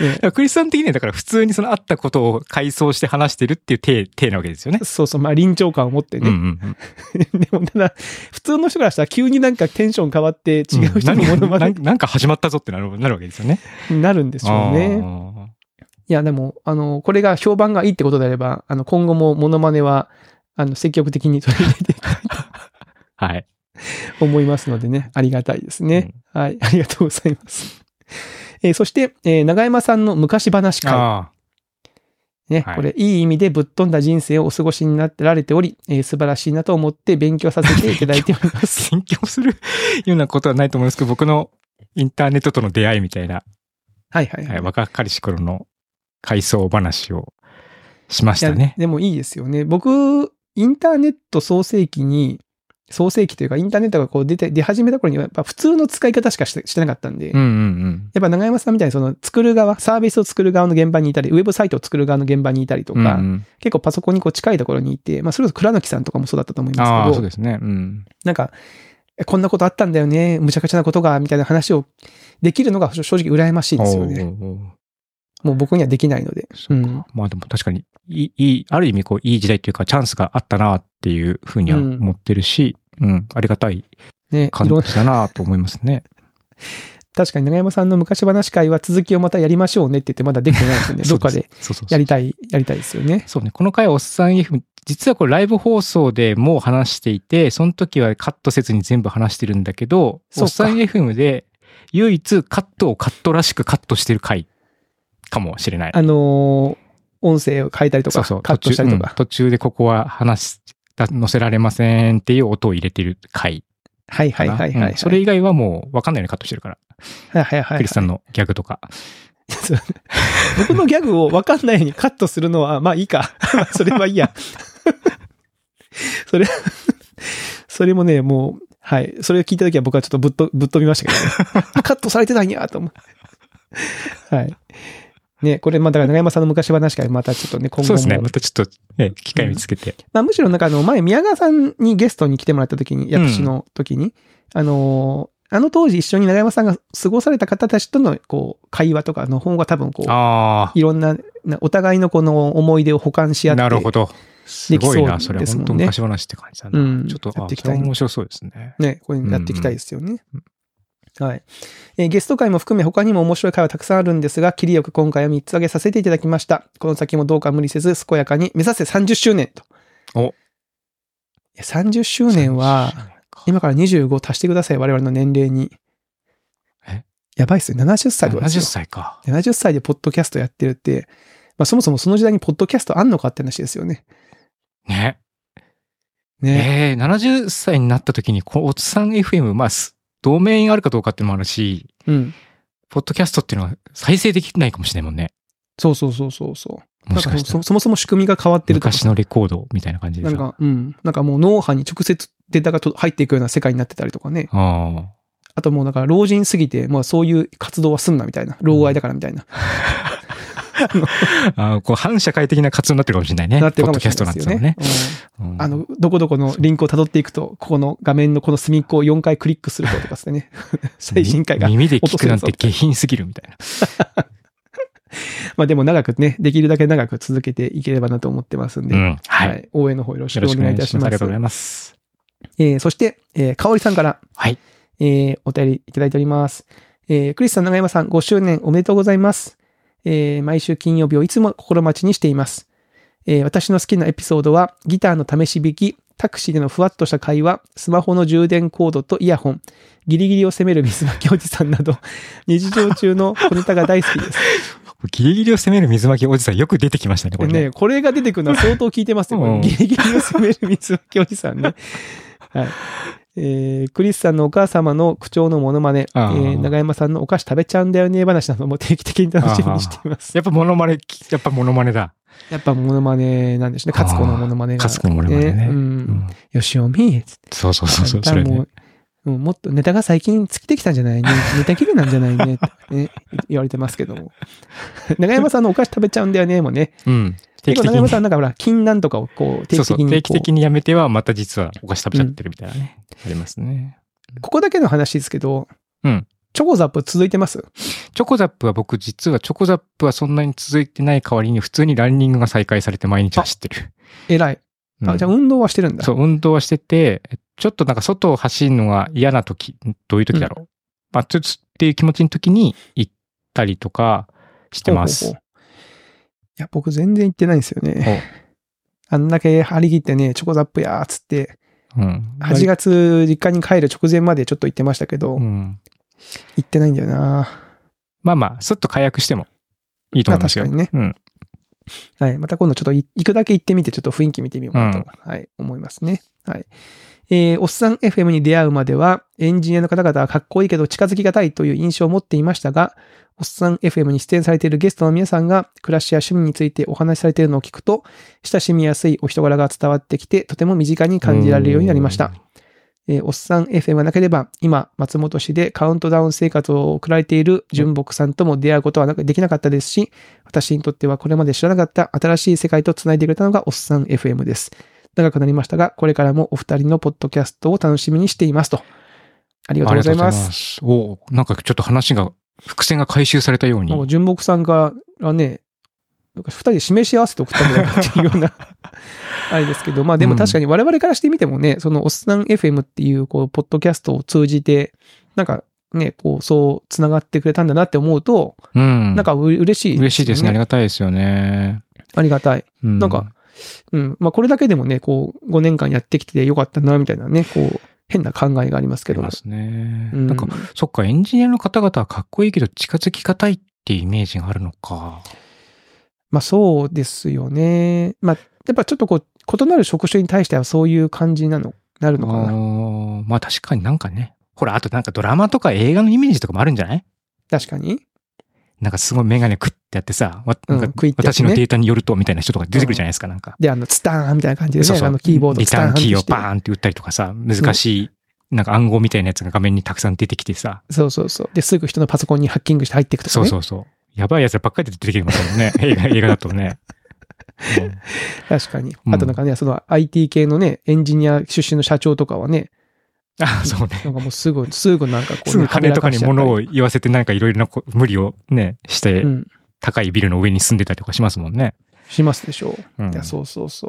S1: クリスさん的にはだから普通にそのあったことを回想して話してるっていう体なわけですよね。
S2: そうそう、まあ臨場感を持ってね。でもただ、普通の人からしたら急になんかテンション変わって違う人のものまで、
S1: なんか始まったぞってなるわけですよね。
S2: なるんでしょうね。いや、でも、これが評判がいいってことであれば、今後もモノマネは、積極的に取り入れていきたいと。
S1: はい。
S2: 思いますのでね、ありがたいですね。はい、ありがとうございます。そして、長山さんの昔話会。ね、はい、これ、いい意味でぶっ飛んだ人生をお過ごしになってられており、素晴らしいなと思って勉強させていただいております。
S1: 勉強するようなことはないと思うんですけど、僕のインターネットとの出会いみたいな、
S2: はいはいはい。
S1: 若かりし頃の回想話をしましたね。
S2: でもいいですよね。僕、インターネット創世期というかインターネットがこう出始めた頃にはやっぱ普通の使い方しかしてなかったんで、やっぱ長山さんみたいにその作る側、サービスを作る側の現場にいたり、ウェブサイトを作る側の現場にいたりとか、結構パソコンにこう近いところにいて、まあそれこそ倉貫さんとかもそうだったと思いますけど、
S1: そうですね。
S2: なんか、こんなことあったんだよね、むちゃくちゃなことが、みたいな話をできるのが正直羨ましいですよね。もう僕にはできないので。
S1: まあでも確かに、ある意味こう、いい時代というかチャンスがあったなっていうふうには思ってるし、ありがたい感じだなと思いますね。
S2: 確かに長山さんの昔話会は続きをまたやりましょうねって言ってまだできてないですよね。どっかでやりたいですよね。
S1: そうね。この回おっさん FM、実はこれライブ放送でもう話していて、その時はカットせずに全部話してるんだけど、おっさん FM で唯一カットをカットらしくカットしてる回かもしれない。
S2: 音声を変えたりとか、カットしたりとか。
S1: 途中でここは載せられませんっていう音を入れてる回。
S2: はいはいはいはい。
S1: それ以外はもう分かんないようにカットしてるから。
S2: はいはいはい。
S1: クリスさんのギャグとか。
S2: 僕のギャグを分かんないようにカットするのは、まあいいか。それはいいや。それもね、もう、はい。それを聞いたときは僕はちょっとぶっ飛びましたけどね。カットされてないんやと思う。はい。ね、これ、まあ、だから長山さんの昔話からまたちょっとね、今後も。
S1: そうですね。またちょっと、ね、機会見つけて。
S2: まあ、むしろなんか前、宮川さんにゲストに来てもらった時に、薬師の時に、あの当時一緒に長山さんが過ごされた方たちとの、こう、会話とかの方が多分こう、いろんな、お互いのこの思い出を補完し合って。
S1: なるほど。すごいな、それ。本当昔話って感じだな。ちょっと、
S2: やっていきたい。
S1: 面白そうですね。
S2: ね、これやっていきたいですよね。はい。ゲスト会も含め他にも面白い会はたくさんあるんですが、切りよく今回は3つ挙げさせていただきました。この先もどうか無理せず、健やかに目指せ30周年と。30周年は、今から25足してください、我々の年齢に。やばいっすよ。70歳とかですよ。
S1: 70歳か。
S2: 70歳でポッドキャストやってるって、まあそもそもその時代にポッドキャストあんのかって話ですよね。
S1: ね。70歳になった時に、このおっさん FM、まあ、ドメインあるかどうかっていうのもあるし、ポッドキャストっていうのは再生できないかもしれないもんね。
S2: そう。
S1: もしかしたら
S2: そもそも仕組みが変わってるとか。
S1: 昔のレコードみたいな感じでさ。
S2: なんかもう脳波に直接データが入っていくような世界になってたりとかね。あともうだから老人すぎて、まあそういう活動はすんなみたいな。老害だからみたいな。
S1: こう反社会的な活動になってるかもしれないね。
S2: なってるかもしれ
S1: ないですよね。
S2: どこどこのリンクを辿っていくと、ここの画面のこの隅っこを4回クリックするととかですね。最新回が。
S1: 耳で聞くなんて下品すぎるみたいな。
S2: まあでも長くね、できるだけ長く続けていければなと思ってますんで、はい。応援の方よろしくお願いいたします。
S1: ありがとうございます。
S2: そして、かおりさんから、
S1: はい。
S2: お便りいただいております。クリスさん、長山さん、5周年おめでとうございます。毎週金曜日をいつも心待ちにしています。私の好きなエピソードは、ギターの試し弾き、タクシーでのふわっとした会話、スマホの充電コードとイヤホン、ギリギリを攻める水巻きおじさんなど、日常中の小ネタが大好きです。
S1: ギリギリを攻める水巻きおじさんよく出てきましたね、これね。
S2: これが出てくるのは相当聞いてますよ。ギリギリを攻める水巻きおじさんね。はい。クリスさんのお母様の口調のモノマネ、長山さんのお菓子食べちゃうんだよね話なども定期的に楽しみにしています。
S1: やっぱモノマネだ。
S2: やっぱモノマネなんですね。勝子のモノマネが。
S1: 勝子のモノマネね。
S2: よしおみ
S1: そう。それね。
S2: もっとネタが最近尽きてきたんじゃないね。ネタ切れなんじゃないね。って言われてますけども。長山さんのお菓子食べちゃうんだよねもね。結構長山さんなんかほら、禁断とかをこう定期的に。
S1: 定期的にやめてはまた実はお菓子食べちゃってるみたいなね。ありますね。
S2: ここだけの話ですけど、 チョコザップ続いてます？
S1: チョコザップは僕実はチョコザップはそんなに続いてない代わりに普通にランニングが再開されて毎日走ってる。
S2: 偉い。じゃあ運動はしてるんだ。
S1: そう、運動はしてて、ちょっとなんか外を走るのが嫌な時、どういう時だろう。まあ、ちょっとっていう気持ちの時に行ったりとかしてます。
S2: いや、僕全然行ってないんですよね。あんだけ張り切ってね、チョコザップやーっつって、8月実家に帰る直前までちょっと行ってましたけど、行ってないんだよな。
S1: まあまあ、すっと解約してもいいと思いますよ。
S2: 確かにね。はい。また今度ちょっと行くだけ行ってみて、ちょっと雰囲気見てみようかなと、はい、思いますね。はい。おっさん FM に出会うまでは、エンジニアの方々はかっこいいけど近づきがたいという印象を持っていましたが、おっさん FM に出演されているゲストの皆さんが暮らしや趣味についてお話しされているのを聞くと、親しみやすいお人柄が伝わってきて、とても身近に感じられるようになりました。おっさん FM がなければ、今、松本市でカウントダウン生活を送られている純木さんとも出会うことはできなかったですし、私にとってはこれまで知らなかった新しい世界とつないでくれたのがおっさん FM です。長くなりましたが、これからもお二人のポッドキャストを楽しみにしていますと。ありがとうございます。
S1: なんかちょっと話が、伏線が回収されたように。
S2: 純木さんがね、二人で示し合わせて送ったんじゃないかっていうような、あれですけど、まあでも確かに我々からしてみてもね、そのおっさん FM っていう、こう、ポッドキャストを通じて、なんかね、こう、そう、繋がってくれたんだなって思うと、なんか嬉しい、
S1: ね。嬉しいですね。ありがたいですよね。
S2: ありがたい。なんか、まあこれだけでもね、こう、5年間やってきてよかったな、みたいなね、こう、変な考えがありますけど。あり
S1: ますね。なんか、そっか、エンジニアの方々はかっこいいけど近づきがたいっていうイメージがあるのか。
S2: まあそうですよね。まあ、やっぱちょっとこう、異なる職種に対してはそういう感じなるのかな。
S1: まあ確かになんかね。ほら、あとなんかドラマとか映画のイメージとかもあるんじゃない？
S2: 確かに。
S1: なんかすごいメガネクッてやってさ、私のデータによるとみたいな人とか出てくるじゃないですか、なんか。
S2: で、ツターンみたいな感じでね、
S1: そうそう
S2: キーボード
S1: リターンキーをバーンって打ったりとかさ、難しい、なんか暗号みたいなやつが画面にたくさん出てきてさ。
S2: そうそうそう。で、すぐ人のパソコンにハッキングして入っていくとかね。
S1: そう。やばいやつらばっかり出てきますもんね。映画だとね。
S2: 確かに。あとなんかね、その IT 系のね、エンジニア出身の社長とかはね、
S1: そうね。
S2: なんかもうすぐなんかこう、
S1: すぐ金とかに物を言わせてなんかいろいろな無理をね、して、高いビルの上に住んでたりとかしますもんね。
S2: しますでしょう。いや、そう。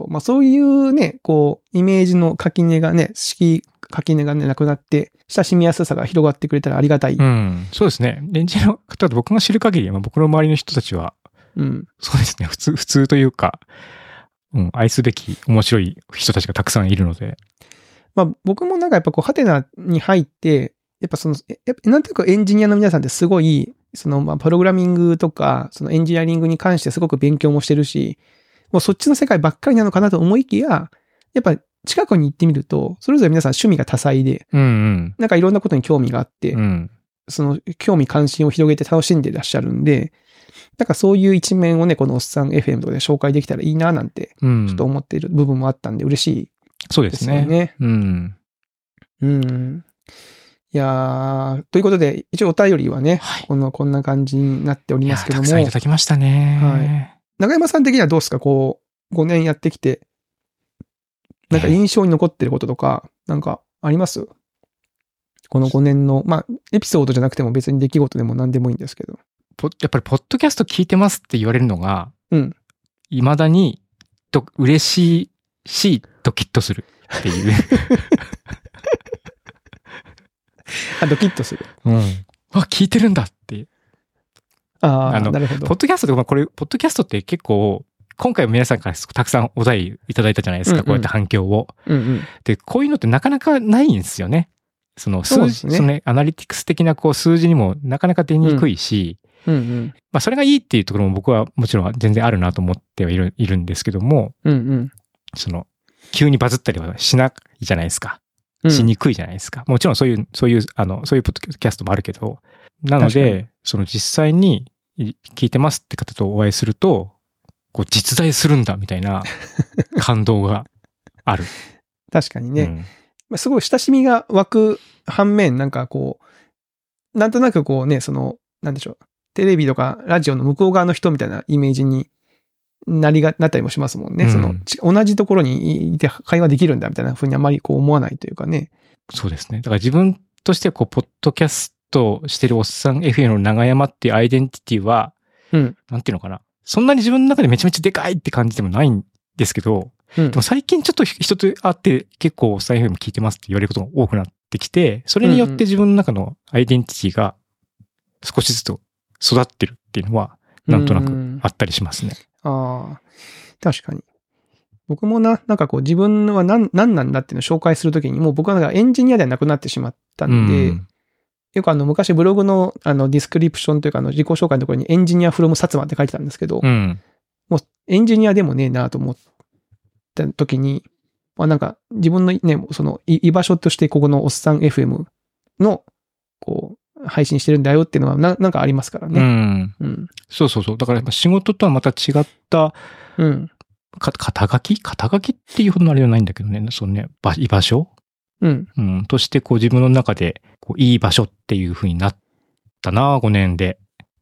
S2: まあそういうね、こう、イメージの垣根がね、垣根がね、なくなって、親しみやすさが広がってくれたらありがたい。
S1: そうですね。エンジニアの方と僕が知る限り、僕の周りの人たちは、そうですね。普通というか、愛すべき面白い人たちがたくさんいるので。
S2: まあ僕もなんかやっぱこう、ハテナに入って、やっぱなんとなくエンジニアの皆さんってすごい、まあプログラミングとか、そのエンジニアリングに関してすごく勉強もしてるし、もうそっちの世界ばっかりなのかなと思いきや、やっぱ近くに行ってみると、それぞれ皆さん趣味が多彩で、なんかいろんなことに興味があって、その興味関心を広げて楽しんでいらっしゃるんで、なんかそういう一面をね、このおっさん FM とかで紹介できたらいいななんて、ちょっと思っている部分もあったんで嬉しいですよね。
S1: そうです
S2: ね。いやー、ということで、一応お便りはね、こんな感じになっておりますけども。
S1: たくさんいただきましたね。
S2: はい。長山さん的にはどうですか？こう、5年やってきて、なんか印象に残ってることとか、なんかあります？この5年の、まあ、エピソードじゃなくても別に出来事でも何でもいいんですけど。
S1: やっぱり、ポッドキャスト聞いてますって言われるのが、未だに、嬉しいし、ドキッとするっていう。
S2: ドキッとする。
S1: 聞いてるんだって。
S2: なるほど。
S1: ポッドキャストで、ポッドキャストって結構、今回も皆さんからたくさんお題いただいたじゃないですか、こうやって反響を。で、こういうのってなかなかないんですよね。その数字、アナリティクス的なこう数字にもなかなか出にくいし、まあそれがいいっていうところも僕はもちろん全然あるなと思ってはいるんですけども、急にバズったりはしないじゃないですか。しにくいじゃないですか。もちろんそういうポッドキャストもあるけど、なので、実際に聞いてますって方とお会いすると、こう実在するんだみたいな感動がある。
S2: 確かにね。すごい親しみが湧く反面、なんかこう、なんとなくこうね、なんでしょう、テレビとかラジオの向こう側の人みたいなイメージになったりもしますもんね。同じところにいて会話できるんだみたいな風にあまりこう思わないというかね。
S1: そうですね。だから自分としてこう、ポッドキャスとしてるおっさん FM の長山っていうアイデンティティは、なんていうのかな。そんなに自分の中でめちゃめちゃでかいって感じでもないんですけど、でも最近ちょっと人と会って結構おっさん FM 聞いてますって言われることが多くなってきて、それによって自分の中のアイデンティティが少しずつ育ってるっていうのは、なんとなくあったりしますね。
S2: ああ、確かに。僕もなんかこう自分は何なんだっていうのを紹介するときに、もう僕はなんかエンジニアではなくなってしまったんで、よく昔ブログのディスクリプションというか自己紹介のところにエンジニアフロム薩摩って書いてたんですけど、もうエンジニアでもねえなと思ったときに、なんか自分のね、その居場所としてここのおっさん FM のこう配信してるんだよっていうのはなんかありますからね。
S1: そうそうそう。だから仕事とはまた違った、肩書きっていうほどのあれじゃないんだけどね、そのね、居場所としてこう自分の中でこういい場所っていう風になったな、5年で。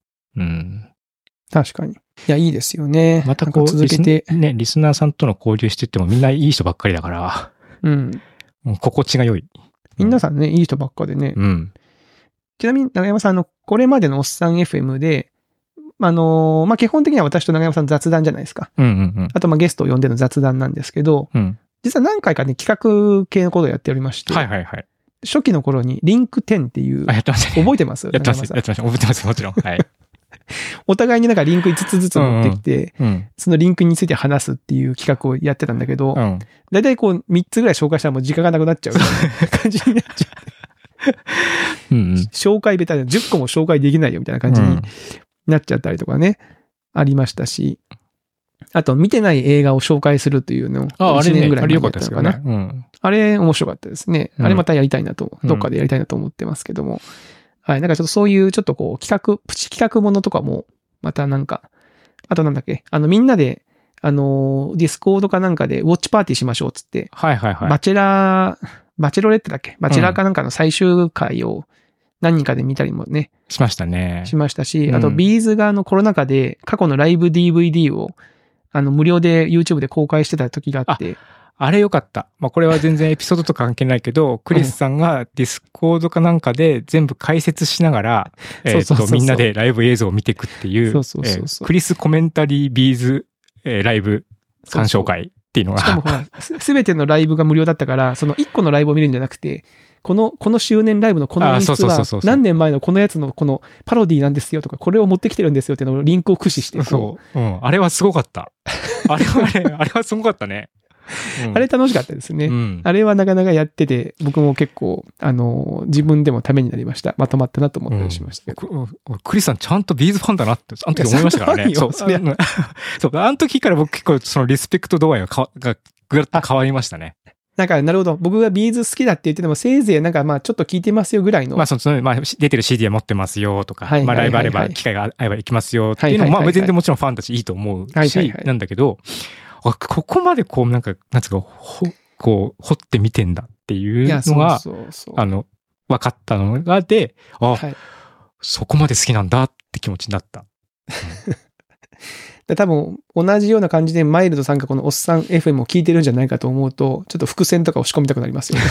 S1: 確
S2: かに。いや、いいですよね。
S1: またこう、続けてね、リスナーさんとの交流してってもみんないい人ばっかりだから、心地が良い。
S2: 皆さんね、いい人ばっかでね。ちなみに、長山さん、これまでのおっさん FM で、基本的には私と長山さん雑談じゃないですか。あと、ゲストを呼んでの雑談なんですけど、実は何回かね、企画系のことをやっておりまして、初期の頃にリンク10っていう、
S1: やってましたね。
S2: 覚えてます？
S1: やってました。覚えてます、もちろん。はい。
S2: お互いになんかリンク5つずつ持ってきて、そのリンクについて話すっていう企画をやってたんだけど、だいたいこう3つぐらい紹介したらもう時間がなくなっちゃう感じになっちゃう。紹介ベタで10個も紹介できないよみたいな感じになっちゃったりとかね、ありましたし、あと見てない映画を紹介するというのを1年ぐらい前にやったのかな。あれ面白かったですね。あれまたやりたいなと、どっかでやりたいなと思ってますけども。はい。なんかちょっとそういうちょっとこうプチ企画ものとかも、またなんか、あとなんだっけ、みんなで、ディスコードかなんかでウォッチパーティーしましょうっつって、バチェロレッテだっけバチェラーかなんかの最終回を何人かで見たりもね。
S1: しましたね。
S2: しましたし、あとビーズがコロナ禍で過去のライブ DVD を、無料で YouTube で公開してた時があって、
S1: あれよかった。これは全然エピソードとか関係ないけど、クリスさんがディスコードかなんかで全部解説しながら、みんなでライブ映像を見ていくっていう、クリスコメンタリービーズ、ライブ鑑賞会っていうのが。
S2: しかもほら、すべてのライブが無料だったから、その1個のライブを見るんじゃなくて、この周年ライブのこの演出は何年前のこのやつのこのパロディなんですよとか、これを持ってきてるんですよっていうのをリンクを駆使して。
S1: あれはすごかった。あれはすごかったね。
S2: あれ楽しかったですね。あれはなかなかやってて、僕も結構、自分でもためになりました。まとまったなと思ったりしましたけど。
S1: クリスさんちゃんとビーズファンだなって、あの時思いましたからね。そう、あの時から僕結構そのリスペクト度合いがぐらっと変わりましたね。
S2: なんか、なるほど。僕がビーズ好きだって言ってても、せいぜいなんかちょっと聞いてますよぐらいの。
S1: 出てる CD は持ってますよとか、ライブあれば、機会があれば行きますよっていうのも、全然もちろんファンたちいいと思うし、なんだけど、ここまでこう、なんつうか、掘ってみてんだっていうのが、分かったのがで、そこまで好きなんだって気持ちになった。
S2: 多分、同じような感じでマイルドさんがこのおっさん FM を聞いてるんじゃないかと思うと、ちょっと伏線とかを仕込みたくなりますよね。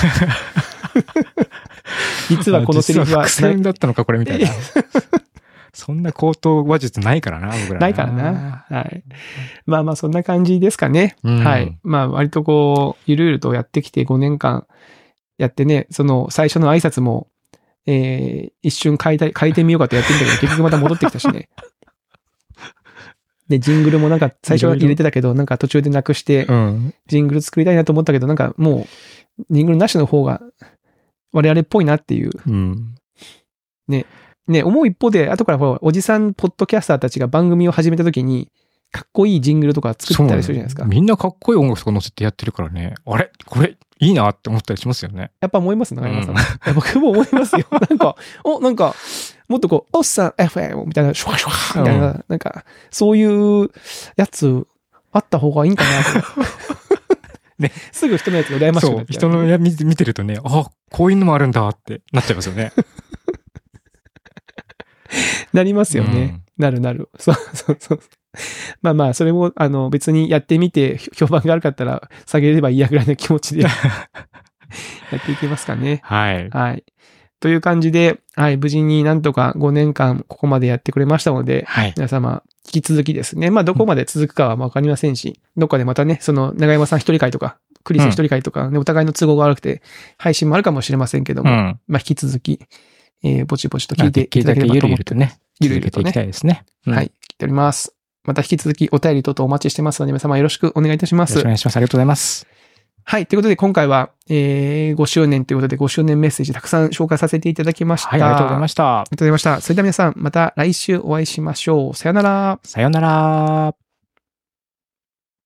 S2: 実はこのセリフは。
S1: 伏線だったのか、これみたいな。そんな高等話術ないからな、僕ら。
S2: ないからな。はい。そんな感じですかね。はい。割とこう、ゆるゆるとやってきて5年間やってね、その最初の挨拶も、一瞬変えてみようかとやってみたけど、結局また戻ってきたしね。で、ジングルもなんか最初は入れてたけど、なんか途中でなくして、ジングル作りたいなと思ったけど、なんかもう、ジングルなしの方が我々っぽいなっていう。ね、思う一方で、後からおじさんポッドキャスターたちが番組を始めた時に、かっこいいジングルとか作ったりするじゃないですか。
S1: みんなかっこいい音楽とか載せてやってるからね。あれこれいいなって思ったりしますよね。
S2: やっぱ思いますね、中山さん。僕も思いますよ。なんか、もっとこう、おっさん FM みたいな、シュワシュワみたいな、なんか、そういうやつあった方がいいんかなと。ね、すぐ人のやつが羨ましくなっちゃう。
S1: そう、人のや見てるとね、こういうのもあるんだってなっちゃいますよね。
S2: なりますよね。なる。そう。それも、別にやってみて、評判が悪かったら、下げればいいやぐらいの気持ちでやっていけますかね。
S1: はい。
S2: はい。 という感じで、はい、無事になんとか5年間ここまでやってくれましたので、
S1: はい。
S2: 皆様、引き続きですね、まあどこまで続くかはわかりませんし、どっかでまたね、その長山さん一人会とか、クリス一人会とかね、お互いの都合が悪くて、配信もあるかもしれませんけども、まあ引き続き、ぼちぼちと聞いていただければと思って。
S1: ゆるゆるとね。続けていきたいですね。
S2: はい、聞いております。また引き続きお便り等々お待ちしてますので、皆様よろしくお願いいたします。
S1: よろしくお願いします。ありがとうございます。
S2: はい。ということで、今回は、5周年ということで、5周年メッセージたくさん紹介させていただきました。
S1: はい、ありがとうございました。
S2: ありがとうございました。それでは皆さん、また来週お会いしましょう。さよなら。
S1: さよなら。